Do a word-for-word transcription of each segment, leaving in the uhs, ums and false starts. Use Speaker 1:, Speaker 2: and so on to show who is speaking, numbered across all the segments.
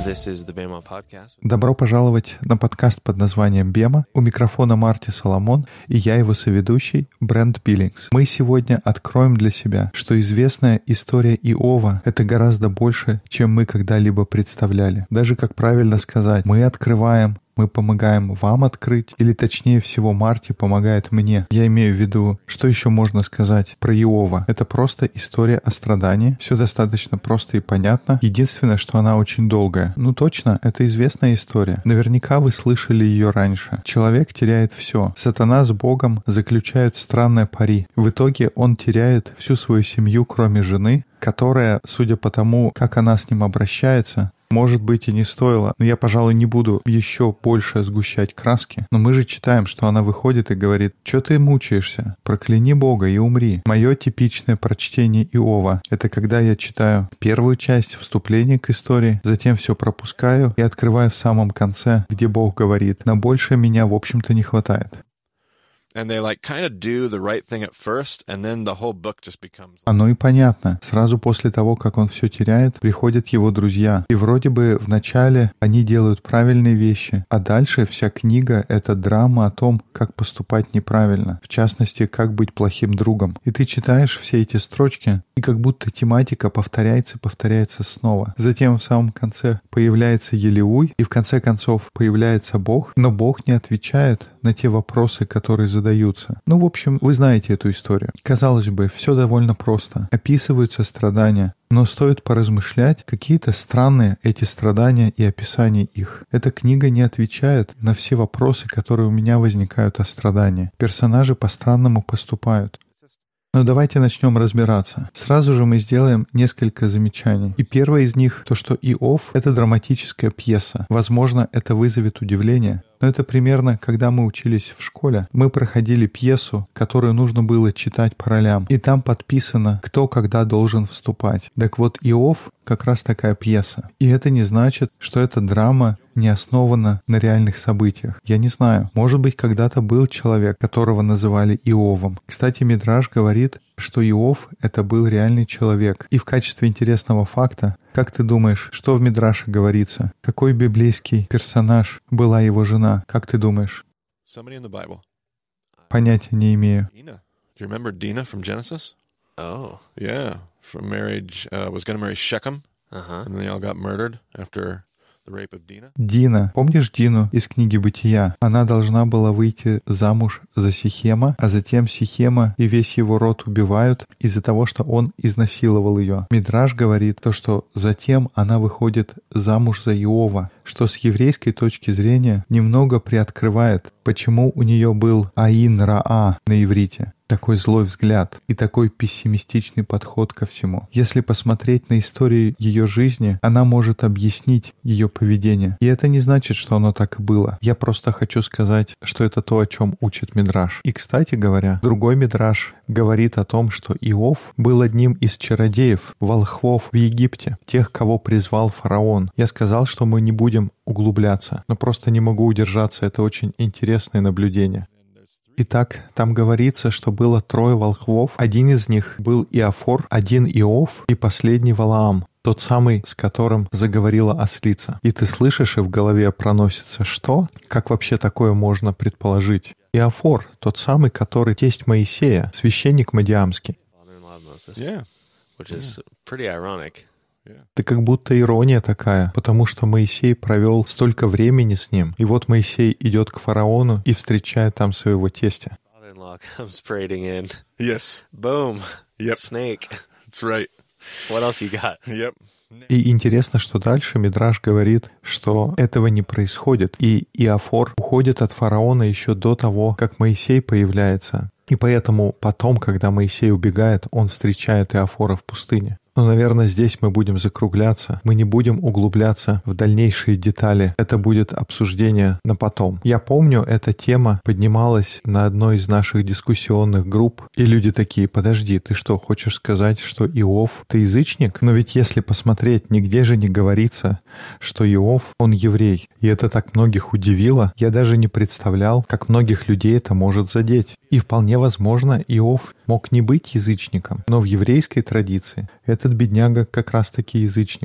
Speaker 1: This is the Bema Podcast.
Speaker 2: Добро пожаловать на подкаст под названием «Бема». У микрофона Марти Соломон, и я его соведущий Брент Биллингс. Мы сегодня откроем для себя, что известная история Иова — это гораздо больше, чем мы когда-либо представляли. Даже, как правильно сказать, мы открываем, мы помогаем вам открыть, или точнее всего Марти помогает мне. Я имею в виду, что еще можно сказать про Иова. Это просто история о страдании. Все достаточно просто и понятно. Единственное, что она очень долгая. Ну точно, это известная история. Наверняка вы слышали ее раньше. Человек теряет все. Сатана с Богом заключают странное пари. В итоге он теряет всю свою семью, кроме жены, которая, судя по тому, как она с ним обращается, может быть, и не стоило, но я, пожалуй, не буду еще больше сгущать краски. Но мы же читаем, что она выходит и говорит: «Чё ты мучаешься? Прокляни Бога и умри». Мое типичное прочтение Иова — это когда я читаю первую часть, вступление к истории, затем все пропускаю и открываю в самом конце, где Бог говорит: «На больше меня, в общем-то, не хватает».
Speaker 1: And they like kind of do the right thing at first, and then the whole book just becomes...
Speaker 2: Оно и понятно. Сразу после того, как он все теряет, приходят его друзья. И вроде бы вначале они делают правильные вещи, а дальше вся книга — это драма о том, как поступать неправильно. В частности, как быть плохим другом. И ты читаешь все эти строчки, и как будто тематика повторяется, повторяется снова. Затем в самом конце появляется Елеуй, и в конце концов появляется Бог, но Бог не отвечает на те вопросы, которые задаются. Ну, в общем, вы знаете эту историю. Казалось бы, все довольно просто. Описываются страдания, но стоит поразмышлять, какие-то странные эти страдания и описание их. Эта книга не отвечает на все вопросы, которые у меня возникают о страдании. Персонажи по-странному поступают. Но давайте начнем разбираться. Сразу же мы сделаем несколько замечаний. И первое из них — то, что Иов — это драматическая пьеса. Возможно, это вызовет удивление, но это примерно, когда мы учились в школе. Мы проходили пьесу, которую нужно было читать по ролям. И там подписано, кто когда должен вступать. Так вот, Иов — как раз такая пьеса. И это не значит, что эта драма не основана на реальных событиях. Я не знаю. Может быть, когда-то был человек, которого называли Иовом. Кстати, Мидраш говорит, что Иов — это был реальный человек. И в качестве интересного факта, как ты думаешь, что в Мидраше говорится? Какой библейский персонаж была его жена? Как ты думаешь?
Speaker 1: Somebody in the Bible.
Speaker 2: Понятия не имею.
Speaker 1: Dinah. Do you remember Dinah from Genesis?
Speaker 3: Oh.
Speaker 1: Yeah, from marriage, uh, was going to marry Shechem,
Speaker 3: Uh-huh.
Speaker 1: and then they all got murdered after the rape of Dinah.
Speaker 2: Дина. Помнишь Дину из книги «Бытия»? Она должна была выйти замуж за Сихема, а затем Сихема и весь его род убивают из-за того, что он изнасиловал ее. Мидраш говорит то, что затем она выходит замуж за Иова, что с еврейской точки зрения немного приоткрывает, почему у нее был Аин Раа на иврите. Такой злой взгляд и такой пессимистичный подход ко всему. Если посмотреть на историю ее жизни, она может объяснить ее поведение. И это не значит, что оно так и было. Я просто хочу сказать, что это то, о чем учит Мидраш. И, кстати говоря, другой Мидраш говорит о том, что Иов был одним из чародеев, волхвов в Египте, тех, кого призвал фараон. Я сказал, что мы не будем углубляться, но просто не могу удержаться. Это очень интересное наблюдение. Итак, там говорится, что было трое волхвов. Один из них был Иофор, один Иов и последний Валаам, тот самый, с которым заговорила ослица. И ты слышишь, и в голове проносится: что? Как вообще такое можно предположить? Иофор, тот самый, который тесть Моисея, священник Мадиамский.
Speaker 3: Father-in-law of Moses.
Speaker 1: Yeah.
Speaker 3: Which is pretty ironic.
Speaker 2: Это как будто ирония такая, потому что Моисей провел столько времени с ним, и вот Моисей идет к фараону и встречает там своего тестя.
Speaker 3: Father-in-law comes parading in.
Speaker 1: Yes.
Speaker 3: Boom.
Speaker 1: Yep.
Speaker 3: Snake.
Speaker 1: That's right.
Speaker 3: What else you got?
Speaker 1: Yep.
Speaker 2: И интересно, что дальше Мидраш говорит, что этого не происходит, и Иофор уходит от фараона еще до того, как Моисей появляется. И поэтому потом, когда Моисей убегает, он встречает Иофора в пустыне. Но, наверное, здесь мы будем закругляться. Мы не будем углубляться в дальнейшие детали. Это будет обсуждение на потом. Я помню, эта тема поднималась на одной из наших дискуссионных групп. И люди такие: подожди, ты что, хочешь сказать, что Иов — ты язычник? Но ведь если посмотреть, нигде же не говорится, что Иов — он еврей. И это так многих удивило. Я даже не представлял, как многих людей это может задеть. И вполне возможно, Иов мог не быть язычником. Но в еврейской традиции этот бедняга как раз-таки язычник.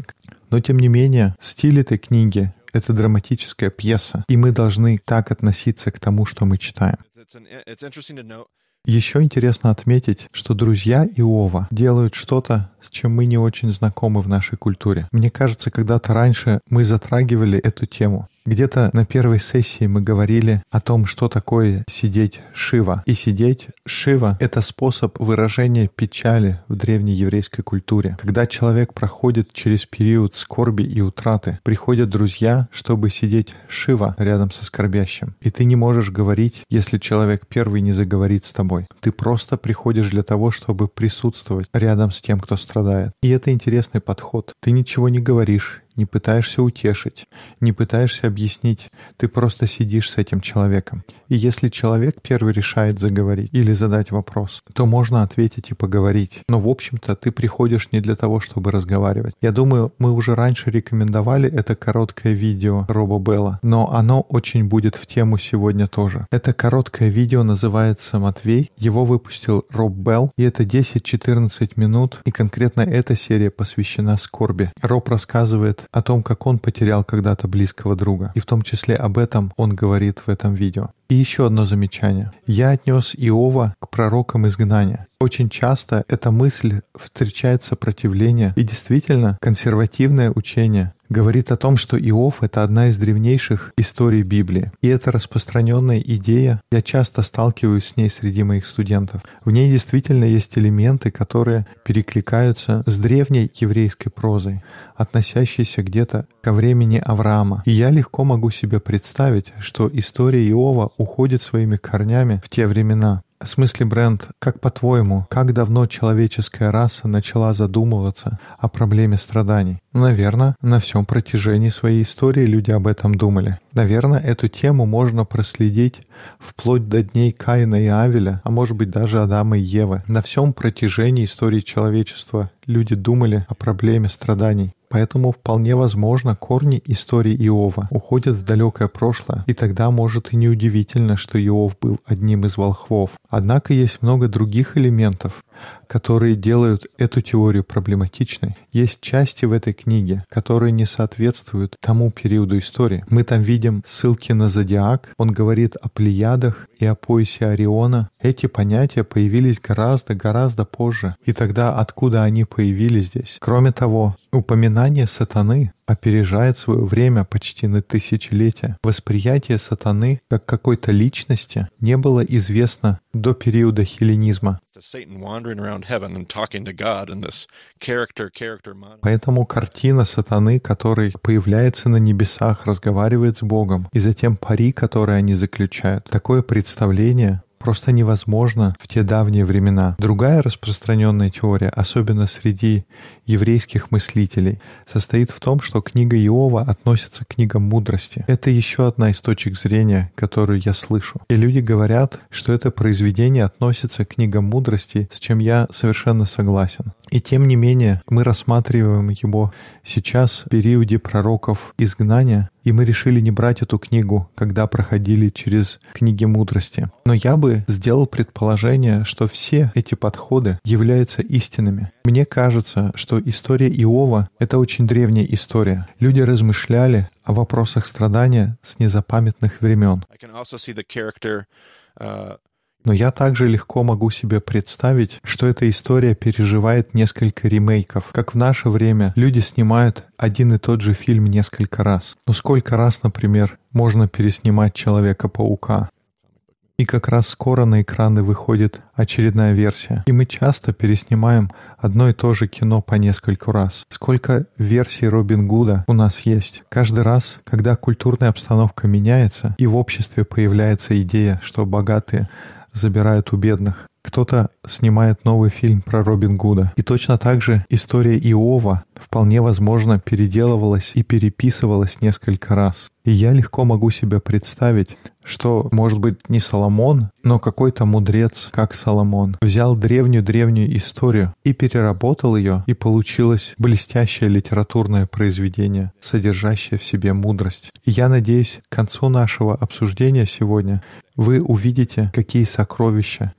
Speaker 2: Но тем не менее, стиль этой книги — это драматическая пьеса, и мы должны так относиться к тому, что мы читаем.
Speaker 1: It's, an, it's interesting to note.
Speaker 2: Еще интересно отметить, что друзья Иова делают что-то, с чем мы не очень знакомы в нашей культуре. Мне кажется, когда-то раньше мы затрагивали эту тему. Где-то на первой сессии мы говорили о том, что такое сидеть Шива. И сидеть Шива — это способ выражения печали в древней еврейской культуре. Когда человек проходит через период скорби и утраты, приходят друзья, чтобы сидеть Шива рядом со скорбящим. И ты не можешь говорить, если человек первый не заговорит с тобой. Ты просто приходишь для того, чтобы присутствовать рядом с тем, кто страдает. И это интересный подход. Ты ничего не говоришь, не пытаешься утешить, не пытаешься объяснить, ты просто сидишь с этим человеком. И если человек первый решает заговорить или задать вопрос, то можно ответить и поговорить. Но, в общем-то, ты приходишь не для того, чтобы разговаривать. Я думаю, мы уже раньше рекомендовали это короткое видео Роба Белла, но оно очень будет в тему сегодня тоже. Это короткое видео называется «Матвей». Его выпустил Роб Белл, и это десять-четырнадцать минут, и конкретно эта серия посвящена скорби. Роб рассказывает о том, как он потерял когда-то близкого друга. И в том числе об этом он говорит в этом видео. И еще одно замечание. Я отнес Иова к пророкам изгнания. Очень часто эта мысль встречает сопротивление, и действительно консервативное учение говорит о том, что Иов — это одна из древнейших историй Библии. И это распространенная идея, я часто сталкиваюсь с ней среди моих студентов. В ней действительно есть элементы, которые перекликаются с древней еврейской прозой, относящейся где-то ко времени Авраама. И я легко могу себе представить, что история Иова уходит своими корнями в те времена. В смысле, Брент, как по-твоему, как давно человеческая раса начала задумываться о проблеме страданий? Наверное, на всем протяжении своей истории люди об этом думали. Наверное, эту тему можно проследить вплоть до дней Каина и Авеля, а может быть даже Адама и Евы. На всем протяжении истории человечества люди думали о проблеме страданий. Поэтому вполне возможно, корни истории Иова уходят в далекое прошлое, и тогда, может, и неудивительно, что Иов был одним из волхвов. Однако есть много других элементов, которые делают эту теорию проблематичной. Есть части в этой книге, которые не соответствуют тому периоду истории. Мы там видим ссылки на зодиак, он говорит о Плеядах и о поясе Ориона. Эти понятия появились гораздо-гораздо позже. И тогда откуда они появились здесь? Кроме того, упоминание сатаны опережает свое время почти на тысячелетия. Восприятие сатаны как какой-то личности не было известно до периода хелленизма. Поэтому картина сатаны, который появляется на небесах, разговаривает с Богом, и затем пари, которые они заключают, такое представление просто невозможно в те давние времена. Другая распространенная теория, особенно среди еврейских мыслителей, состоит в том, что книга Иова относится к книгам мудрости. Это еще одна из точек зрения, которую я слышу. И люди говорят, что это произведение относится к книгам мудрости, с чем я совершенно согласен. И тем не менее, мы рассматриваем его сейчас в периоде пророков изгнания, и мы решили не брать эту книгу, когда проходили через книги мудрости. Но я бы сделал предположение, что все эти подходы являются истинными. Мне кажется, что история Иова — это очень древняя история. Люди размышляли о вопросах страдания с незапамятных времен. Но я также легко могу себе представить, что эта история переживает несколько ремейков. Как в наше время люди снимают один и тот же фильм несколько раз. Но сколько раз, например, можно переснимать Человека-паука? И как раз скоро на экраны выходит очередная версия. И мы часто переснимаем одно и то же кино по нескольку раз. Сколько версий Робин Гуда у нас есть. Каждый раз, когда культурная обстановка меняется, и в обществе появляется идея, что богатые забирают у бедных, кто-то снимает новый фильм про Робин Гуда. И точно так же история Иова вполне возможно переделывалась и переписывалась несколько раз. И я легко могу себе представить, что, может быть, не Соломон, но какой-то мудрец, как Соломон, взял древнюю-древнюю историю и переработал ее, и получилось блестящее литературное произведение, содержащее в себе мудрость. И я надеюсь, к концу нашего обсуждения сегодня вы увидите, какие сокровища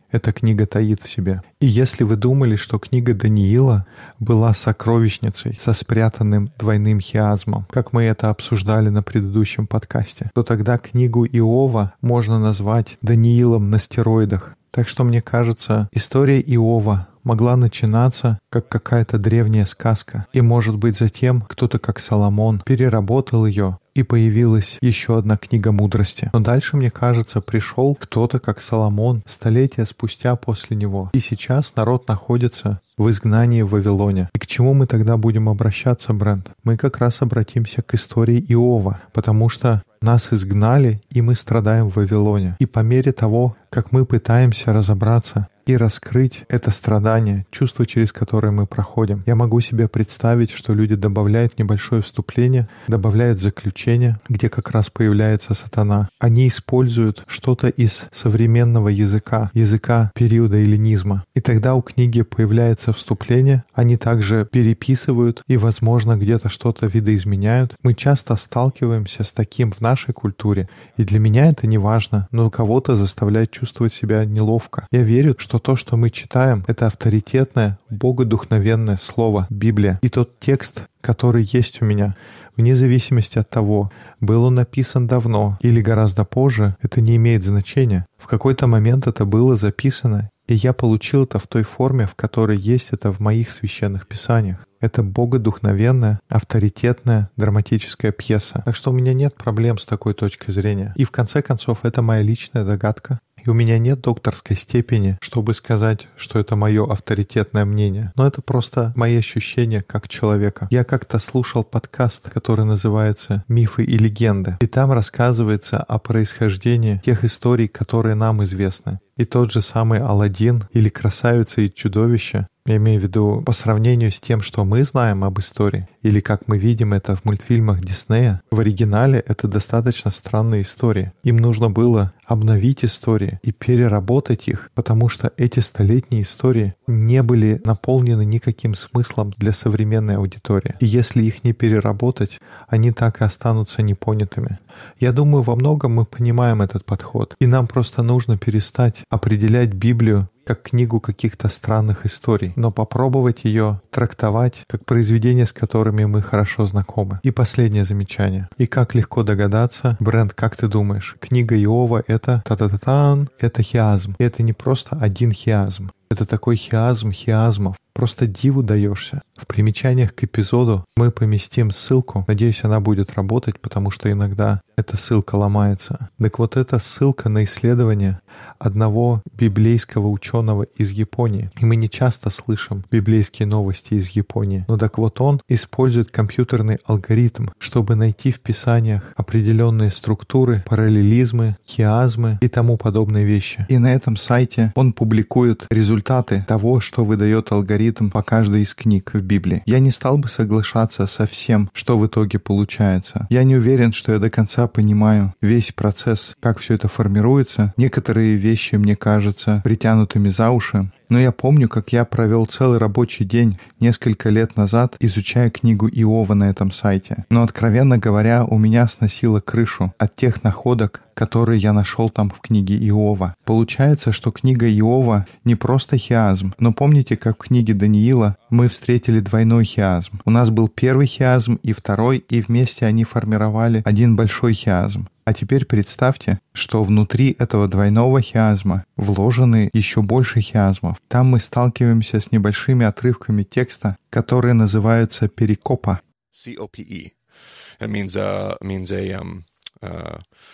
Speaker 2: эта книга таит в себе. И если вы думали, что книга Даниила была сокровищницей со спрятанным двойным хиазмом, как мы это обсуждали на предыдущем подкасте, то тогда книгу Иова можно назвать Даниилом на стероидах. Так что, мне кажется, история Иова могла начинаться как какая-то древняя сказка. И, может быть, затем кто-то, как Соломон, переработал ее, и появилась еще одна книга мудрости. Но дальше, мне кажется, пришел кто-то, как Соломон, столетия спустя после него. И сейчас народ находится в изгнании в Вавилоне. И к чему мы тогда будем обращаться, Брент? Мы как раз обратимся к истории Иова, потому что нас изгнали, и мы страдаем в Вавилоне. И по мере того, как мы пытаемся разобраться и раскрыть это страдание, чувство, через которое мы проходим, я могу себе представить, что люди добавляют небольшое вступление, добавляют заключение, где как раз появляется сатана. Они используют что-то из современного языка, языка периода эллинизма. И тогда у книги появляется вступление, они также переписывают и, возможно, где-то что-то видоизменяют. Мы часто сталкиваемся с таким в нашей культуре, и для меня это не важно, но кого-то заставляет чувствовать себя неловко. Я верю, что то, что мы читаем, это авторитетное, богодухновенное слово, Библия. И тот текст, который есть у меня, вне зависимости от того, был он написан давно или гораздо позже, это не имеет значения. В какой-то момент это было записано, и я получил это в той форме, в которой есть это в моих священных писаниях. Это богодухновенная, авторитетная, драматическая пьеса. Так что у меня нет проблем с такой точкой зрения. И в конце концов, это моя личная догадка. И у меня нет докторской степени, чтобы сказать, что это мое авторитетное мнение. Но это просто мои ощущения как человека. Я как-то слушал подкаст, который называется «Мифы и легенды». И там рассказывается о происхождении тех историй, которые нам известны. И тот же самый Аладдин или «Красавица и чудовище», я имею в виду по сравнению с тем, что мы знаем об истории, или как мы видим это в мультфильмах Диснея, в оригинале это достаточно странные истории. Им нужно было обновить истории и переработать их, потому что эти столетние истории не были наполнены никаким смыслом для современной аудитории. И если их не переработать, они так и останутся непонятыми. Я думаю, во многом мы понимаем этот подход, и нам просто нужно перестать определять Библию как книгу каких-то странных историй, но попробовать ее трактовать как произведения, с которыми мы хорошо знакомы. И последнее замечание. И как легко догадаться, Брент, как ты думаешь, книга Иова — это та-та-та-тан, это хиазм. И это не просто один хиазм. Это такой хиазм хиазмов. Просто диву даешься. В примечаниях к эпизоду мы поместим ссылку. Надеюсь, она будет работать, потому что иногда эта ссылка ломается. Так вот, это ссылка на исследование одного библейского ученого из Японии. И мы не часто слышим библейские новости из Японии. Но так вот, он использует компьютерный алгоритм, чтобы найти в писаниях определенные структуры, параллелизмы, хиазмы и тому подобные вещи. И на этом сайте он публикует результаты того, что выдает алгоритм по каждой из книг в Библии. Я не стал бы соглашаться со всем, что в итоге получается. Я не уверен, что я до конца понимаю весь процесс, как все это формируется. Некоторые вещи мне кажутся притянутыми за уши. Но я помню, как я провел целый рабочий день несколько лет назад, изучая книгу Иова на этом сайте. Но, откровенно говоря, у меня сносило крышу от тех находок, которые я нашел там в книге Иова. Получается, что книга Иова не просто хиазм, но помните, как в книге Даниила мы встретили двойной хиазм. У нас был первый хиазм и второй, и вместе они формировали один большой хиазм. А теперь представьте, что внутри этого двойного хиазма вложены еще больше хиазмов. Там мы сталкиваемся с небольшими отрывками текста, которые называются перикопа.
Speaker 1: C O P E. It means uh means a um uh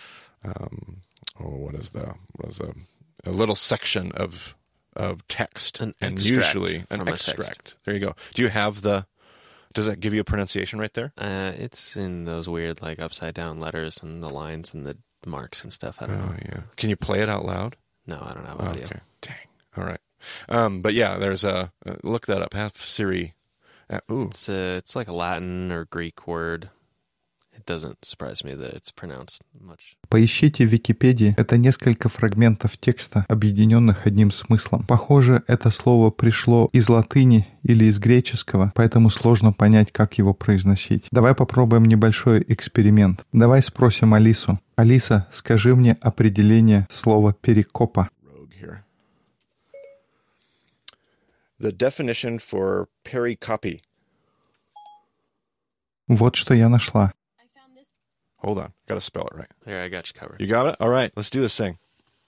Speaker 1: um oh what is the what is a a little section of of text
Speaker 3: An
Speaker 1: and
Speaker 3: extract
Speaker 1: usually an
Speaker 3: from a
Speaker 1: extract.
Speaker 3: text.
Speaker 1: There you go. Do you have the? Does that give you a pronunciation right there?
Speaker 3: Uh, it's in those weird, like, upside-down letters and the lines and the marks and stuff. I don't
Speaker 1: Oh
Speaker 3: know.
Speaker 1: yeah. Can you play it out loud?
Speaker 3: No, I don't have
Speaker 1: Oh,
Speaker 3: audio.
Speaker 1: okay. Dang. All right. Um, but yeah, there's a uh, look that up. Have Siri. Uh, ooh.
Speaker 3: It's uh, it's like a Latin or Greek word. It doesn't surprise me that it's pronounced much.
Speaker 2: Поищите в Википедии. Это несколько фрагментов текста, объединенных одним смыслом. Похоже, это слово пришло из латыни или из греческого, поэтому сложно понять, как его произносить. Давай попробуем небольшой эксперимент. Давай спросим Алису. Алиса, скажи мне определение слова перикопа.
Speaker 1: Rogue here. the definition for pericope.
Speaker 2: Вот что я нашла.
Speaker 1: Hold on. Got to spell it right.
Speaker 3: Here, I got you covered.
Speaker 1: You got it? All right. Let's do this thing.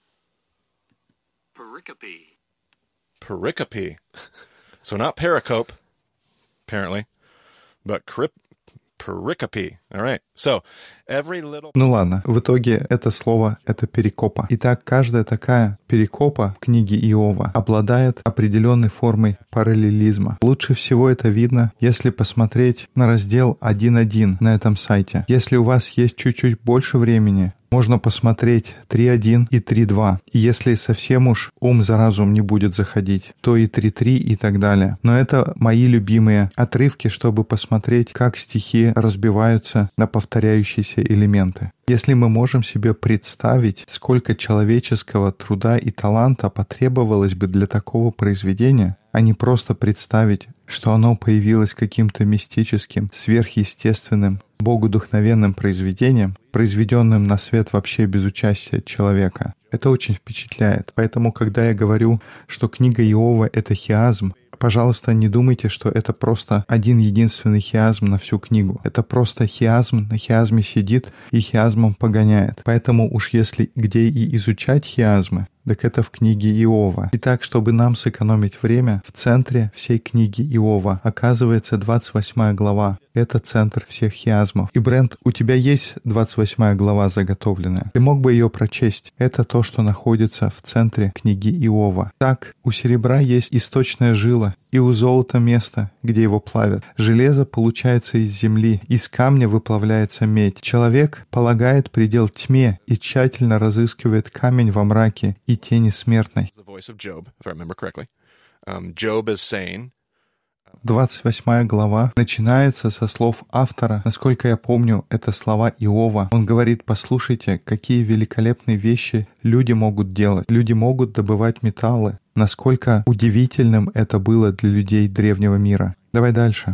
Speaker 4: Pericope.
Speaker 1: Pericope. So not pericope, apparently, but crip, pericope. All right. So every little...
Speaker 2: Ну ладно, в итоге это слово — это перикопа. Итак, каждая такая перикопа в книге Иова обладает определенной формой параллелизма. Лучше всего это видно, если посмотреть на раздел один точка один на этом сайте. Если у вас есть чуть-чуть больше времени, можно посмотреть три точка один и три точка два. И если совсем уж ум за разум не будет заходить, то и три точка три и так далее. Но это мои любимые отрывки, чтобы посмотреть, как стихи разбиваются на повторяющиеся элементы. Если мы можем себе представить, сколько человеческого труда и таланта потребовалось бы для такого произведения, а не просто представить, что оно появилось каким-то мистическим, сверхъестественным, богодухновенным произведением, произведенным на свет вообще без участия человека. Это очень впечатляет. Поэтому, когда я говорю, что книга Иова — это хиазм, пожалуйста, не думайте, что это просто один единственный хиазм на всю книгу. Это просто хиазм на хиазме сидит и хиазмом погоняет. Поэтому уж если где и изучать хиазмы, так это в книге Иова. Итак, чтобы нам сэкономить время, в центре всей книги Иова оказывается двадцать восьмая глава. Это центр всех хиазмов. И, Брент, у тебя есть двадцать восьмая глава заготовленная. Ты мог бы ее прочесть. Это то, что находится в центре книги Иова. Так, у серебра есть источная жила, и у золота место, где его плавят. Железо получается из земли, из камня выплавляется медь. Человек полагает предел тьме и тщательно разыскивает камень во мраке и тени смертной. двадцать восьмая глава начинается со слов автора. Насколько я помню, это слова Иова. Он говорит: послушайте, какие великолепные вещи люди могут делать. Люди могут добывать металлы. Насколько удивительным это было для людей древнего мира. Давай дальше.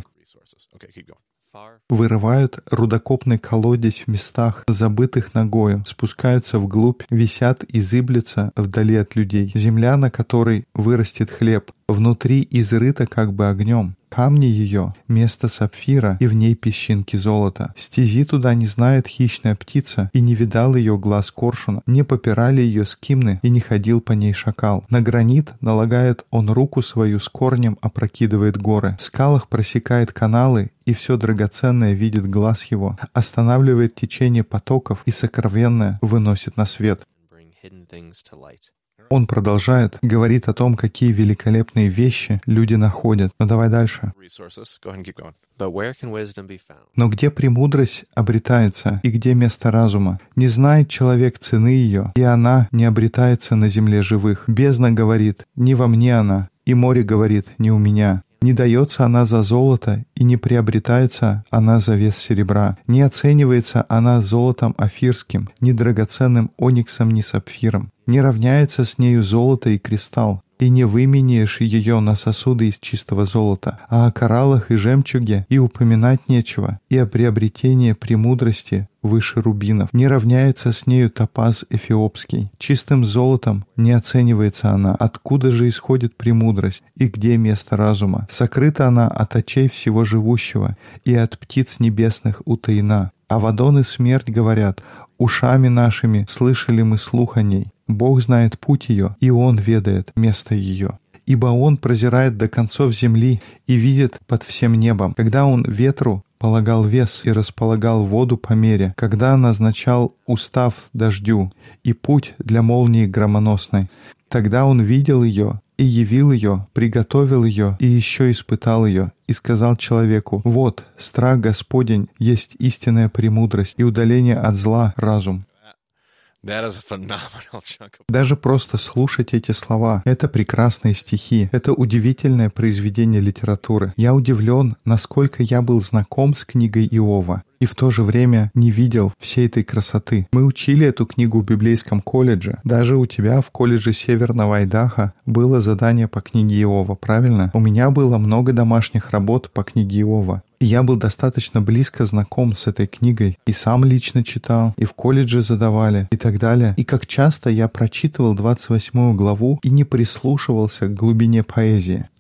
Speaker 2: Вырывают рудокопный колодец в местах, забытых ногою, спускаются вглубь, висят и зыблются вдали от людей. Земля, на которой вырастет хлеб, внутри изрыта как бы огнем. Камни ее — место сапфира, и в ней песчинки золота. Стези туда не знает хищная птица, и не видал ее глаз коршуна. Не попирали ее скимны, и не ходил по ней шакал. На гранит налагает он руку свою, с корнем опрокидывает горы. В скалах просекает каналы, и все драгоценное видит глаз его. Останавливает течение потоков, и сокровенное выносит на свет. Он продолжает, говорит о том, какие великолепные вещи люди находят. Но давай дальше. Но где премудрость обретается, и где место разума? Не знает человек цены ее, и она не обретается на земле живых. Бездна говорит: не во мне она, и море говорит: не у меня. Не дается она за золото, и не приобретается она за вес серебра. Не оценивается она золотом офирским, ни драгоценным ониксом, ни сапфиром. Не равняется с нею золото и кристалл, и не выменяешь ее на сосуды из чистого золота. А о кораллах и жемчуге и упоминать нечего, и о приобретении премудрости выше рубинов. Не равняется с нею топаз эфиопский. Чистым золотом не оценивается она. Откуда же исходит премудрость, и где место разума? Сокрыта она от очей всего живущего, и от птиц небесных утаена. Авадон и смерть говорят: ушами нашими слышали мы слух о ней. Бог знает путь ее, и Он ведает место ее. Ибо Он прозирает до концов земли и видит под всем небом. Когда Он ветру полагал вес и располагал воду по мере, когда назначал устав дождю и путь для молнии громоносной, тогда Он видел ее и явил ее, приготовил ее и еще испытал ее, и сказал человеку: вот, страх Господень есть истинная премудрость и удаление от зла разум. Даже просто слушать эти слова — это прекрасные стихи, это удивительное произведение литературы. Я удивлен, насколько я был знаком с книгой Иова и в то же время не видел всей этой красоты. Мы учили эту книгу в библейском колледже. Даже у тебя в колледже Северного Айдахо было задание по книге Иова, правильно? У меня было много домашних работ по книге Иова. И я был достаточно близко знаком с этой книгой. И сам лично читал, и в колледже задавали, и так далее. И как часто я прочитывал двадцать восьмую главу и не прислушивался к глубине поэзии.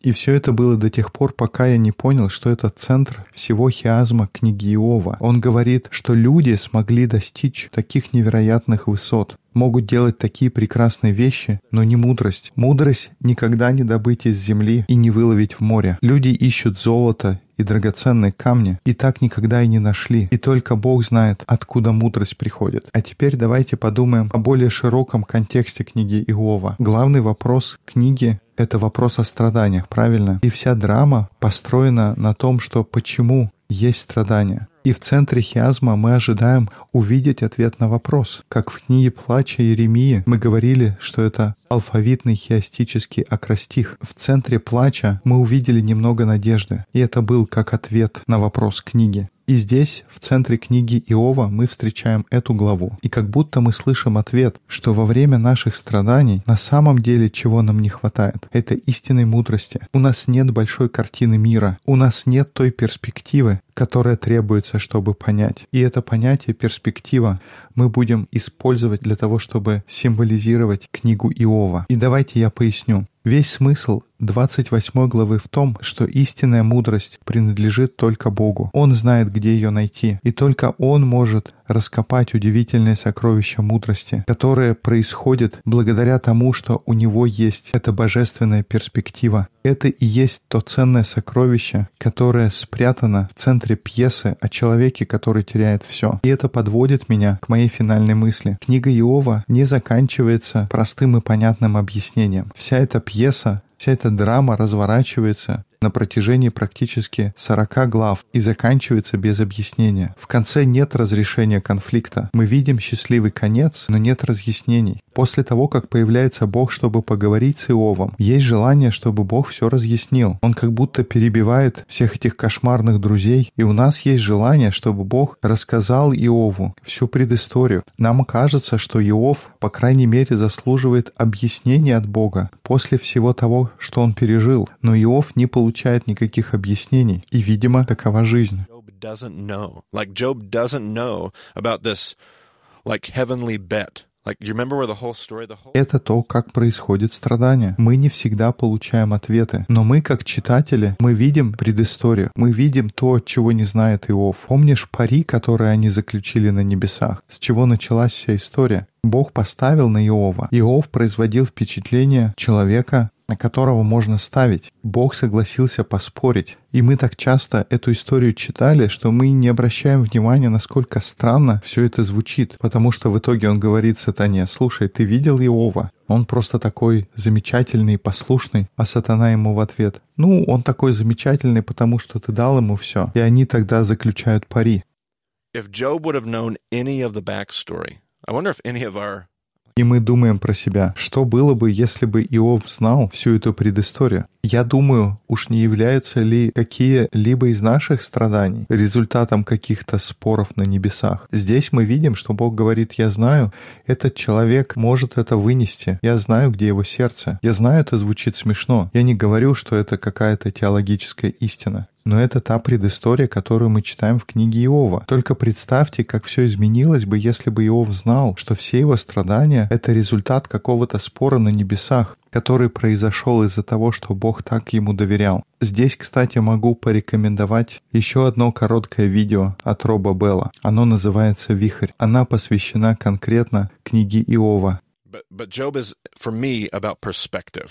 Speaker 2: И все это было до тех пор, пока я не понял, что это центр всего хиазма книги Иова. Он говорит, что люди смогли достичь таких невероятных высот, могут делать такие прекрасные вещи, но не мудрость. Мудрость никогда не добыть из земли и не выловить в море. Люди ищут золото и драгоценные камни, и так никогда и не нашли. И только Бог знает, откуда мудрость приходит. А теперь давайте подумаем о более широком контексте книги Иова. Главный вопрос книги — это вопрос о страданиях, правильно? И вся драма построена на том, что почему есть страдания. И в центре хиазма мы ожидаем увидеть ответ на вопрос. Как в книге плача Иеремии мы говорили, что это алфавитный хиастический акростих. В центре плача мы увидели немного надежды, и это был как ответ на вопрос книги. И здесь, в центре книги Иова, мы встречаем эту главу. И как будто мы слышим ответ, что во время наших страданий на самом деле чего нам не хватает. Это истинной мудрости. У нас нет большой картины мира. У нас нет той перспективы, которая требуется, чтобы понять. И это понятие, перспектива, мы будем использовать для того, чтобы символизировать книгу Иова. И давайте я поясню. Весь смысл двадцать восьмой главы в том, что истинная мудрость принадлежит только Богу. Он знает, где ее найти, и только Он может раскопать удивительные сокровища мудрости, которые происходят благодаря тому, что у Него есть эта божественная перспектива. Это и есть то ценное сокровище, которое спрятано в центре пьесы о человеке, который теряет все. И это подводит меня к моей финальной мысли. Книга Иова не заканчивается простым и понятным объяснением. Вся эта пьеса, вся эта драма разворачивается на протяжении практически сорока глав и заканчивается без объяснения. В конце нет разрешения конфликта. Мы видим счастливый конец, но нет разъяснений. После того, как появляется Бог, чтобы поговорить с Иовом, есть желание, чтобы Бог все разъяснил. Он как будто перебивает всех этих кошмарных друзей, и у нас есть желание, чтобы Бог рассказал Иову всю предысторию. Нам кажется, что Иов, по крайней мере, заслуживает объяснения от Бога после всего того, что он пережил. Но Иов не получает получает никаких объяснений. И, видимо, такова жизнь.
Speaker 1: Job doesn't know. Like Job doesn't know about this like heavenly bet. Like, do you remember where the whole story, the whole...
Speaker 2: Это то, как происходит страдание. Мы не всегда получаем ответы, но мы, как читатели, мы видим предысторию, мы видим то, чего не знает Иов. Помнишь пари, которые они заключили на небесах? С чего началась вся история? Бог поставил на Иова. Иов производил впечатление человека, на которого можно ставить. Бог согласился поспорить. И мы так часто эту историю читали, что мы не обращаем внимания, насколько странно все это звучит. Потому что в итоге он говорит сатане: «Слушай, ты видел Иова? Он просто такой замечательный и послушный». А сатана ему в ответ: «Ну, он такой замечательный, потому что ты дал ему все». И они тогда заключают пари.
Speaker 1: If Job would have known any of the backstory, I wonder if any of our...
Speaker 2: И мы думаем про себя, что было бы, если бы Иов знал всю эту предысторию. Я думаю, уж не являются ли какие-либо из наших страданий результатом каких-то споров на небесах. Здесь мы видим, что Бог говорит: «Я знаю, этот человек может это вынести. Я знаю, где его сердце. Я знаю, это звучит смешно. Я не говорю, что это какая-то теологическая истина. Но это та предыстория, которую мы читаем в книге Иова. Только представьте, как все изменилось бы, если бы Иов знал, что все его страдания — это результат какого-то спора на небесах, который произошел из-за того, что Бог так ему доверял». Здесь, кстати, могу порекомендовать еще одно короткое видео от Роба Белла. Оно называется «Вихрь». Она посвящена конкретно книге Иова.
Speaker 1: But, but Job is, for me, about perspective.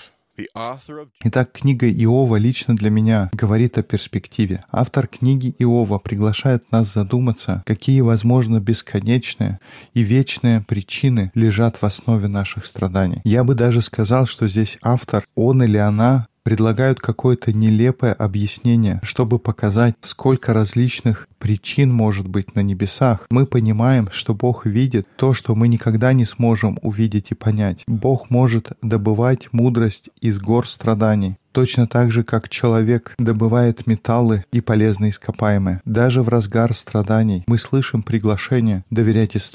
Speaker 2: Итак, книга Иова лично для меня говорит о перспективе. Автор книги Иова приглашает нас задуматься, какие, возможно, бесконечные и вечные причины лежат в основе наших страданий. Я бы даже сказал, что здесь автор, он или она, предлагают какое-то нелепое объяснение, чтобы показать, сколько различных причин может быть на небесах. Мы понимаем, что Бог видит то, что мы никогда не сможем увидеть и понять. Бог может добывать мудрость из гор страданий, точно так же, как человек добывает металлы и полезные ископаемые. Даже в разгар страданий мы слышим приглашение доверять истории.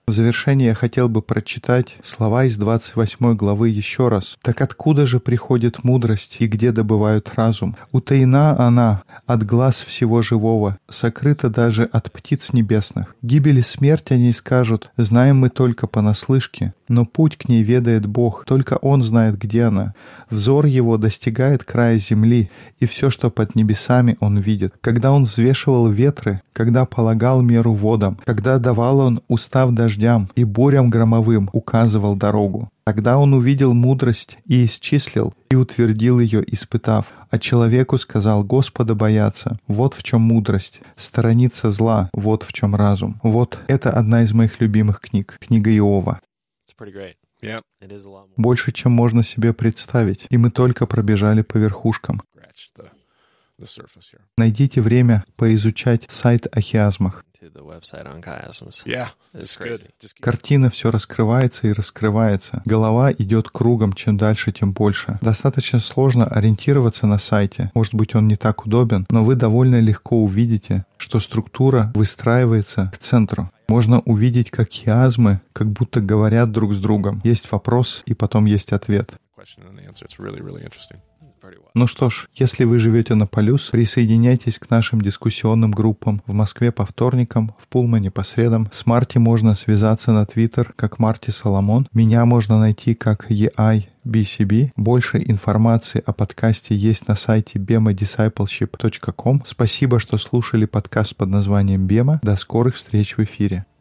Speaker 2: В завершение я хотел бы прочитать слова из двадцать восьмой главы еще раз. «Так откуда же приходит мудрость и где добывают разум? Утаена она от глаз всего живого, сокрыта даже от птиц небесных. Гибель и смерть о ней скажут, знаем мы только понаслышке, но путь к ней ведает Бог, только Он знает, где она. Взор Его достигает края земли, и все, что под небесами, Он видит. Когда Он взвешивал ветры, когда полагал меру водам, когда давал Он устав дождям и бурям громовым указывал дорогу. Тогда Он увидел мудрость и исчислил, и утвердил ее, испытав. А человеку сказал: Господа бояться, вот в чем мудрость, сторониться зла, вот в чем разум». Вот это одна из моих любимых книг, книга Иова.
Speaker 1: Yeah.
Speaker 2: Больше, чем можно себе представить, и мы только пробежали по верхушкам.
Speaker 1: The, the surface here.
Speaker 2: Найдите время поизучать сайт о хиазмах.
Speaker 1: Yeah, it's good. Just keep...
Speaker 2: Картина все раскрывается и раскрывается. Голова идет кругом, чем дальше, тем больше. Достаточно сложно ориентироваться на сайте. Может быть, он не так удобен, но вы довольно легко увидите, что структура выстраивается к центру. Можно увидеть, как хиазмы как будто говорят друг с другом. Есть вопрос, и потом есть ответ.
Speaker 1: Really, really
Speaker 2: ну что ж, если вы живете на Полюс, присоединяйтесь к нашим дискуссионным группам в Москве по вторникам, в Пулмане по средам. С Марти можно связаться на Твиттер, как Марти Соломон. Меня можно найти как и ай би си би. Больше информации о подкасте есть на сайте бема дисайплшип точка ком. Спасибо, что слушали подкаст под названием «Бема». До скорых встреч в эфире.